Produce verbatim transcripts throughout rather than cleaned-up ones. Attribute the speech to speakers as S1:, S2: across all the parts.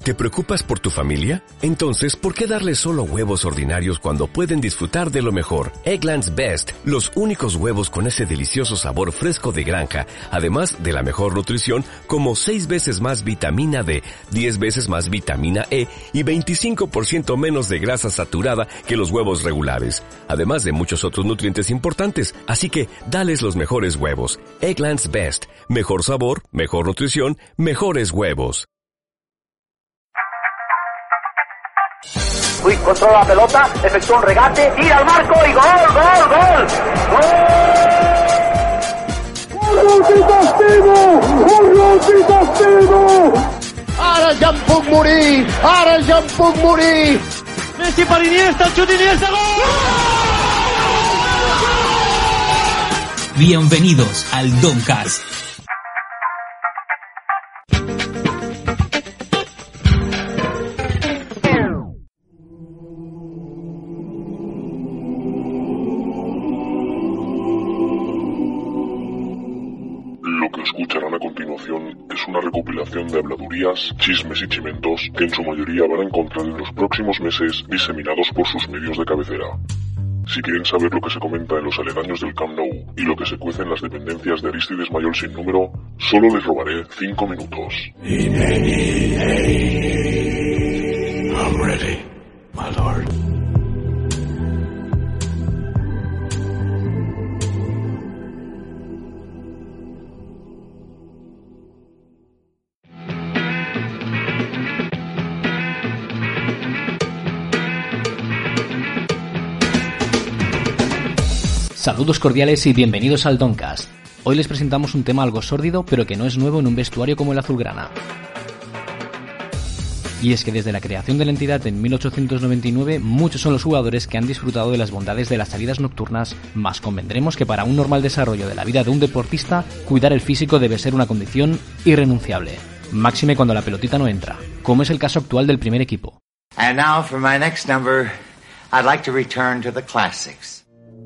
S1: ¿Te preocupas por tu familia? Entonces, ¿por qué darles solo huevos ordinarios cuando pueden disfrutar de lo mejor? Eggland's Best, los únicos huevos con ese delicioso sabor fresco de granja, además de la mejor nutrición, como seis veces más vitamina D, diez veces más vitamina E y veinticinco por ciento menos de grasa saturada que los huevos regulares, además de muchos otros nutrientes importantes. Así que, dales los mejores huevos. Eggland's Best, mejor sabor, mejor nutrición, mejores huevos.
S2: Luis controla la pelota, efectúa un regate, tira al marco y gol, gol, gol. ¡Gol! ¡Un castigo! ¡Un castigo!
S3: Ara ja em puc morir! Ara ja em puc morir!
S4: Messi per Iniesta, el xut Iniesta, gol!
S5: Bienvenidos al Doncast.
S6: Lo que escucharán a continuación es una recopilación de habladurías, chismes y chimentos que en su mayoría van a encontrar en los próximos meses diseminados por sus medios de cabecera. Si quieren saber lo que se comenta en los aledaños del Camp Nou y lo que se cuece en las dependencias de Arístides Mayor sin número, solo les robaré cinco minutos.
S7: I'm ready, my lord.
S8: Saludos cordiales y bienvenidos al Doncast. Hoy les presentamos un tema algo sórdido, pero que no es nuevo en un vestuario como el azulgrana. Y es que desde la creación de la entidad en mil ochocientos noventa y nueve, muchos son los jugadores que han disfrutado de las bondades de las salidas nocturnas, mas convendremos que para un normal desarrollo de la vida de un deportista, cuidar el físico debe ser una condición irrenunciable. Máxime cuando la pelotita no entra, como es el caso actual del primer equipo.
S9: And now for my next number, I'd like to return to the classics.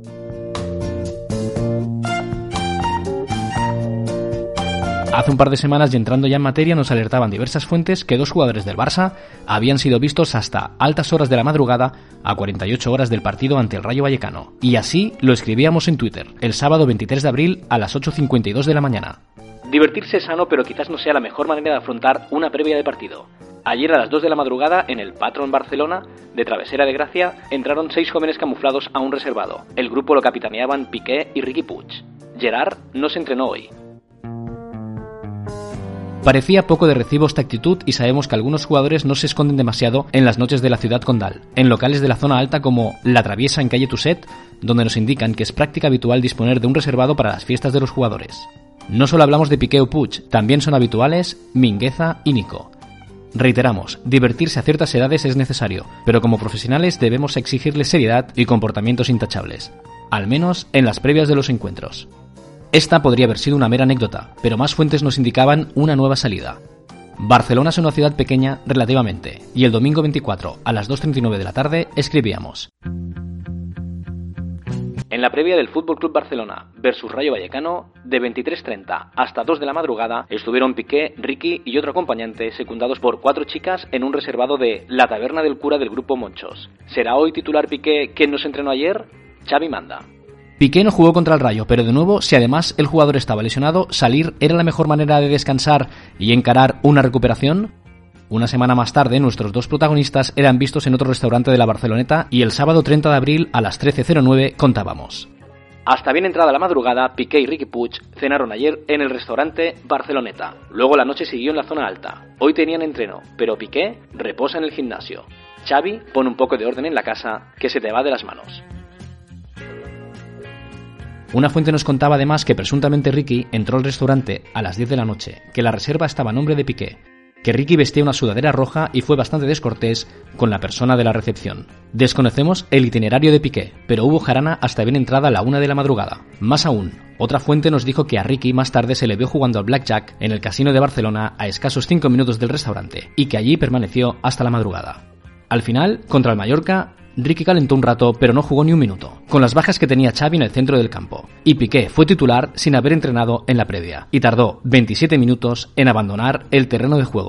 S8: Hace un par de semanas y entrando ya en materia nos alertaban diversas fuentes que dos jugadores del Barça habían sido vistos hasta altas horas de la madrugada a cuarenta y ocho horas del partido ante el Rayo Vallecano. Y así lo escribíamos en Twitter, el sábado veintitrés de abril a las ocho cincuenta y dos de la mañana. Divertirse es sano, pero quizás no sea la mejor manera de afrontar una previa de partido. Ayer a las dos de la madrugada, en el Patrón Barcelona, de Travesera de Gracia, entraron seis jóvenes camuflados a un reservado. El grupo lo capitaneaban Piqué y Riqui Puig. Gerard no se entrenó hoy. Parecía poco de recibo esta actitud y sabemos que algunos jugadores no se esconden demasiado en las noches de la ciudad condal, en locales de la zona alta como La Traviesa en calle Tuset, donde nos indican que es práctica habitual disponer de un reservado para las fiestas de los jugadores. No solo hablamos de Piqué o Puig, también son habituales Mingueza y Nico. Reiteramos, divertirse a ciertas edades es necesario, pero como profesionales debemos exigirles seriedad y comportamientos intachables, al menos en las previas de los encuentros. Esta podría haber sido una mera anécdota, pero más fuentes nos indicaban una nueva salida. Barcelona es una ciudad pequeña relativamente, y el domingo veinticuatro a las dos treinta y nueve de la tarde escribíamos: en la previa del F C Barcelona versus Rayo Vallecano, de veintitrés treinta hasta dos de la madrugada, estuvieron Piqué, Riqui y otro acompañante secundados por cuatro chicas en un reservado de La Taberna del Cura del Grupo Monchos. ¿Será hoy titular Piqué quien nos entrenó ayer? Xavi manda. Piqué no jugó contra el Rayo, pero de nuevo, si además el jugador estaba lesionado, salir era la mejor manera de descansar y encarar una recuperación. Una semana más tarde, nuestros dos protagonistas eran vistos en otro restaurante de la Barceloneta y el sábado treinta de abril a las trece cero nueve contábamos: hasta bien entrada la madrugada, Piqué y Riqui Puig cenaron ayer en el restaurante Barceloneta. Luego la noche siguió en la zona alta. Hoy tenían entreno, pero Piqué reposa en el gimnasio. Xavi pone un poco de orden en la casa que se te va de las manos. Una fuente nos contaba además que presuntamente Riqui entró al restaurante a las diez de la noche, que la reserva estaba a nombre de Piqué, que Riqui vestía una sudadera roja y fue bastante descortés con la persona de la recepción. Desconocemos el itinerario de Piqué, pero hubo jarana hasta bien entrada a la una de la madrugada. Más aún, otra fuente nos dijo que a Riqui más tarde se le vio jugando al blackjack en el casino de Barcelona a escasos cinco minutos del restaurante, y que allí permaneció hasta la madrugada. Al final, contra el Mallorca, Riqui calentó un rato, pero no jugó ni un minuto, con las bajas que tenía Xavi en el centro del campo. Y Piqué fue titular sin haber entrenado en la previa, y tardó veintisiete minutos en abandonar el terreno de juego.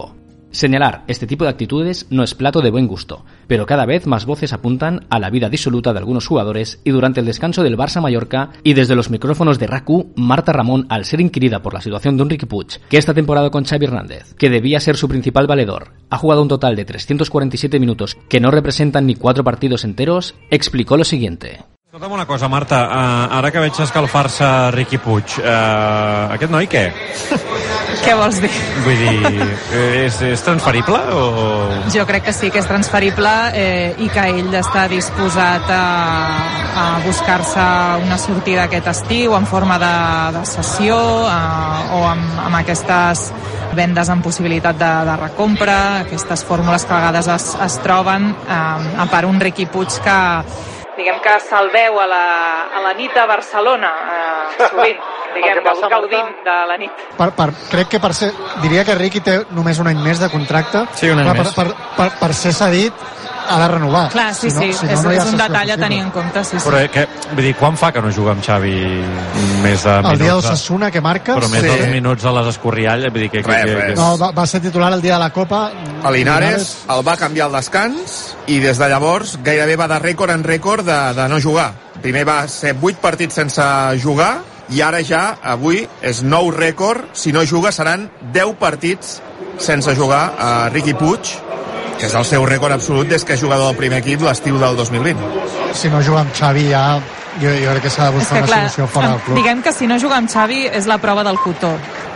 S8: Señalar este tipo de actitudes no es plato de buen gusto, pero cada vez más voces apuntan a la vida disoluta de algunos jugadores y durante el descanso del Barça-Mallorca y desde los micrófonos de R A C U, Marta Ramón, al ser inquirida por la situación de un Riqui Puig, que esta temporada con Xavi Hernández, que debía ser su principal valedor, ha jugado un total de trescientos cuarenta y siete minutos que no representan ni cuatro partidos enteros, explicó lo siguiente.
S10: Escolta'm una cosa, Marta, uh, ara que veig escalfar-se Riqui Puig, uh, aquest noi què?
S11: Què vols dir?
S10: Vull dir, és, és transferible o...?
S11: Jo crec que sí que és transferible eh, i que ell està disposat a, a buscar-se una sortida aquest estiu en forma de, de sessió eh, o amb, amb aquestes vendes amb possibilitat de, de recompra, aquestes fórmules que a vegades es, es troben, eh, a part un Riqui Puig que diguem que se'l veu a la, a la nit a Barcelona, eh, sovint, diguem que gaudint de la nit.
S12: Per, per, crec que per ser, diria que Riqui té només un any més de contracte,
S10: sí, un any
S12: per,
S10: més.
S12: Per, per, per, per ser cedit ha de renovar.
S11: Clar, sí,
S12: si no,
S11: sí,
S12: si no,
S11: és,
S12: no
S11: és un detall a tenir en compte, sí, sí.
S10: Però que, vull dir, quan fa que no juga amb Xavi més de minuts?
S12: El dia del Sassuna, que marques?
S10: Però més
S12: sí.
S10: dels minuts a les Escorrialles, vull dir que...
S13: Res,
S10: que,
S13: res.
S10: que...
S12: No, va, va ser titular el dia de la Copa.
S13: A Linares el va canviar al descans i des de llavors gairebé va de rècord en rècord de, de no jugar. Primer va ser vuit partits sense jugar i ara ja, avui, és nou rècord. Si no juga seran deu partits sense jugar a Riqui Puig, que és el seu rècord absolut des que és jugador del primer equip l'estiu del dos mil vint.
S12: Si no juga amb Xavi ja, jo, jo crec que s'ha de buscar una clar, solució fora del club.
S11: Diguem que si no juga amb Xavi és la prova del cotó.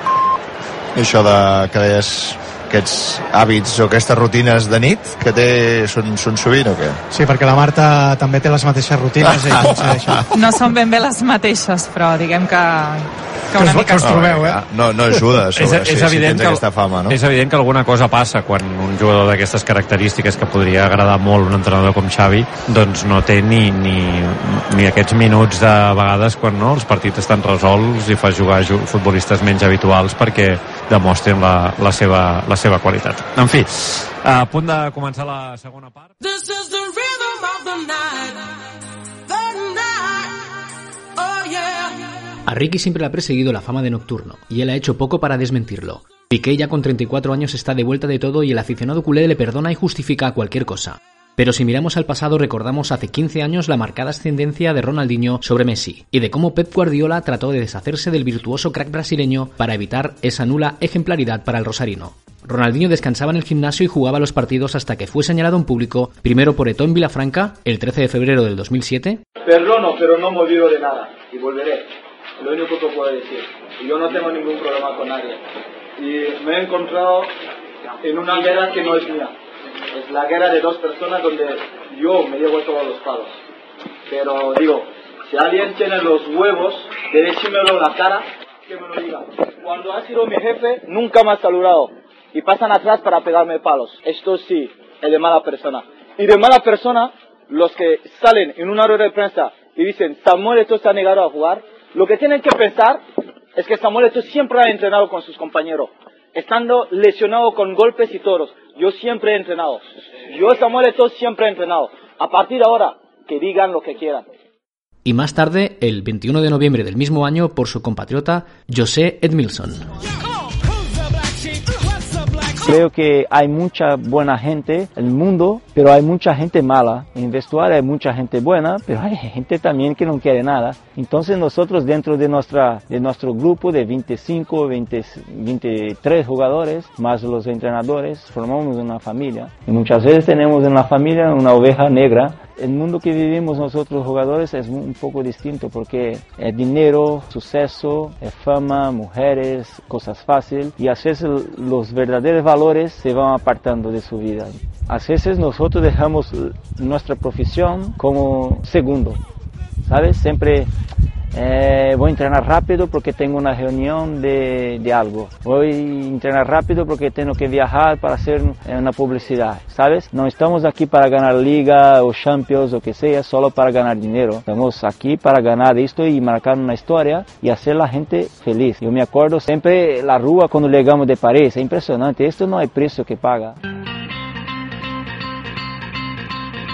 S14: I això de que deies aquests hàbits o aquestes rutines de nit que té són, són sovint o què?
S12: Sí, perquè la Marta també té les mateixes rutines i coincideixen.
S11: No són ben bé les mateixes, però diguem que, que una
S12: que
S11: mica...
S12: Que us trobeu, eh?
S14: No, no ajuda, sobre,
S10: és, és
S14: si,
S10: evident
S14: si tens
S10: que,
S14: aquesta fama, no?
S10: És evident que alguna cosa passa quan un jugador d'aquestes característiques que podria agradar molt un entrenador com Xavi, doncs no té ni, ni, ni aquests minuts de vegades quan no, els partits estan resolts i fa jugar futbolistes menys habituals perquè demostren la, la, seva, la seva qualitat. En fi, a punt de començar la segona part. This is the rhythm of the night, the night, oh yeah.
S8: A Riqui siempre le ha perseguido la fama de nocturno, y él ha hecho poco para desmentirlo. Piqué ya con treinta y cuatro años está de vuelta de todo y el aficionado culé le perdona y justifica cualquier cosa. Pero si miramos al pasado recordamos hace quince años la marcada ascendencia de Ronaldinho sobre Messi, y de cómo Pep Guardiola trató de deshacerse del virtuoso crack brasileño para evitar esa nula ejemplaridad para el rosarino. Ronaldinho descansaba en el gimnasio y jugaba los partidos hasta que fue señalado en público, primero por Eto'o en Vilafranca, el trece de febrero del dos mil siete.
S15: Perdono, pero no me olvido de nada, y volveré. Lo único que puedo decir. Y yo no tengo ningún problema con nadie. Y me he encontrado en una guerra que no es mía. Es la guerra de dos personas donde yo me llevo todos los palos. Pero digo, si alguien tiene los huevos de decírmelo en la cara, que me lo diga. Cuando ha sido mi jefe, nunca me ha saludado. Y pasan atrás para pegarme palos. Esto sí, es de mala persona. Y de mala persona, los que salen en una rueda de prensa y dicen Samuel Eto'o se ha negado a jugar, lo que tienen que pensar es que Samuel Eto'o siempre ha entrenado con sus compañeros. Estando lesionado con golpes y toros. Yo siempre he entrenado. Yo, Samuel Eto'o, siempre he entrenado. A partir de ahora, que digan lo que quieran.
S8: Y más tarde, el veintiuno de noviembre del mismo año, por su compatriota José Edmilson.
S16: Creo que hay mucha buena gente en el mundo, pero hay mucha gente mala. En el vestuario hay mucha gente buena, pero hay gente también que no quiere nada. Entonces nosotros dentro de, nuestra, de nuestro grupo de veinticinco, veinte, veintitrés jugadores, más los entrenadores, formamos una familia. Y muchas veces tenemos en la familia una oveja negra. El mundo que vivimos nosotros jugadores es un poco distinto porque es dinero, suceso, es fama, mujeres, cosas fáciles y a veces los verdaderos valores se van apartando de su vida. A veces nosotros dejamos nuestra profesión como segundo, ¿sabes? Siempre eh, voy a entrenar rápido porque tengo una reunión de, de algo. Voy a entrenar rápido porque tengo que viajar para hacer una publicidad, ¿sabes? No estamos aquí para ganar liga o champions o que sea, solo para ganar dinero. Estamos aquí para ganar esto y marcar una historia y hacer la gente feliz. Yo me acuerdo siempre la rúa cuando llegamos de París, es impresionante, esto no hay precio que paga.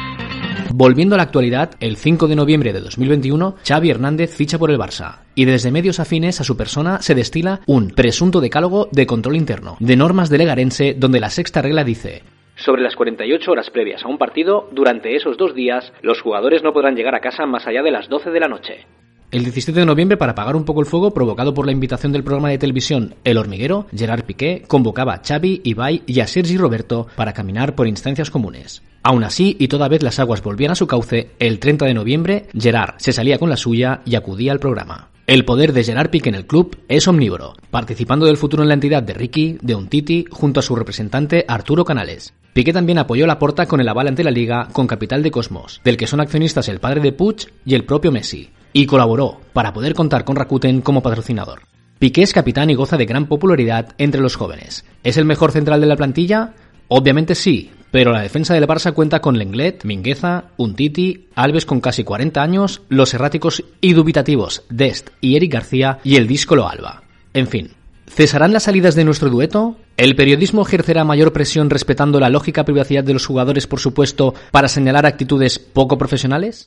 S8: Volviendo a la actualidad, el cinco de noviembre de dos mil veintiuno, Xavi Hernández ficha por el Barça. Y desde medios afines a su persona se destila un presunto decálogo de control interno, de normas de Legarense, donde la sexta regla dice: sobre las cuarenta y ocho horas previas a un partido, durante esos dos días, los jugadores no podrán llegar a casa más allá de las doce de la noche. El diecisiete de noviembre, para apagar un poco el fuego provocado por la invitación del programa de televisión El Hormiguero, Gerard Piqué convocaba a Xavi, Ibai y a Sergi Roberto para caminar por instancias comunes. Aún así, y toda vez las aguas volvían a su cauce, el treinta de noviembre, Gerard se salía con la suya y acudía al programa. El poder de Gerard Piqué en el club es omnívoro, participando del futuro en la entidad de Ricky, de Umtiti, junto a su representante Arturo Canales. Piqué también apoyó a Laporta con el aval ante la Liga con capital de Cosmos, del que son accionistas el padre de Puig y el propio Messi, y colaboró para poder contar con Rakuten como patrocinador. Piqué es capitán y goza de gran popularidad entre los jóvenes. ¿Es el mejor central de la plantilla? Obviamente sí, pero la defensa del Barça cuenta con Lenglet, Mingueza, Umtiti, Alves con casi cuarenta años, los erráticos y dubitativos Dest y Eric García y el díscolo Alba. En fin, ¿cesarán las salidas de nuestro dueto? ¿El periodismo ejercerá mayor presión respetando la lógica privacidad de los jugadores, por supuesto, para señalar actitudes poco profesionales?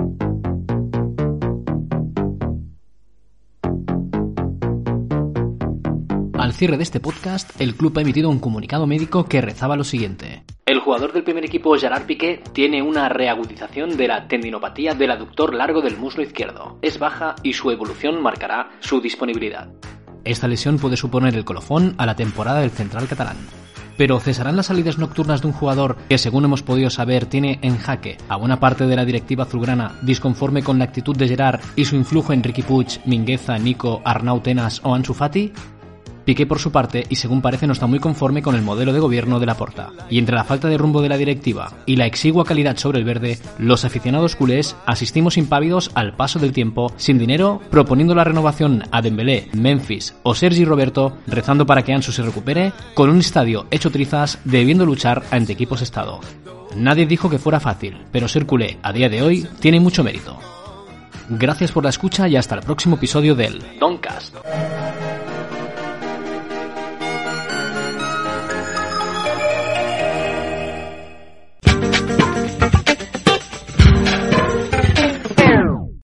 S8: Al cierre de este podcast, el club ha emitido un comunicado médico que rezaba lo siguiente: el jugador del primer equipo Gerard Piqué tiene una reagudización de la tendinopatía del aductor largo del muslo izquierdo. Es baja y su evolución marcará su disponibilidad. Esta lesión puede suponer el colofón a la temporada del central catalán. Pero ¿cesarán las salidas nocturnas de un jugador que, según hemos podido saber, tiene en jaque a buena parte de la directiva azulgrana disconforme con la actitud de Gerard y su influjo en Riqui Puig, Mingueza, Nico, Arnau Tenas o Ansu Fati? Piqué, por su parte, y según parece, no está muy conforme con el modelo de gobierno de Laporta. Y entre la falta de rumbo de la directiva y la exigua calidad sobre el verde, los aficionados culés asistimos impávidos al paso del tiempo, sin dinero, proponiendo la renovación a Dembélé, Memphis o Sergi Roberto, rezando para que Ansu se recupere, con un estadio hecho trizas, debiendo luchar ante equipos estado. Nadie dijo que fuera fácil, pero ser culé a día de hoy tiene mucho mérito. Gracias por la escucha y hasta el próximo episodio del Doncast.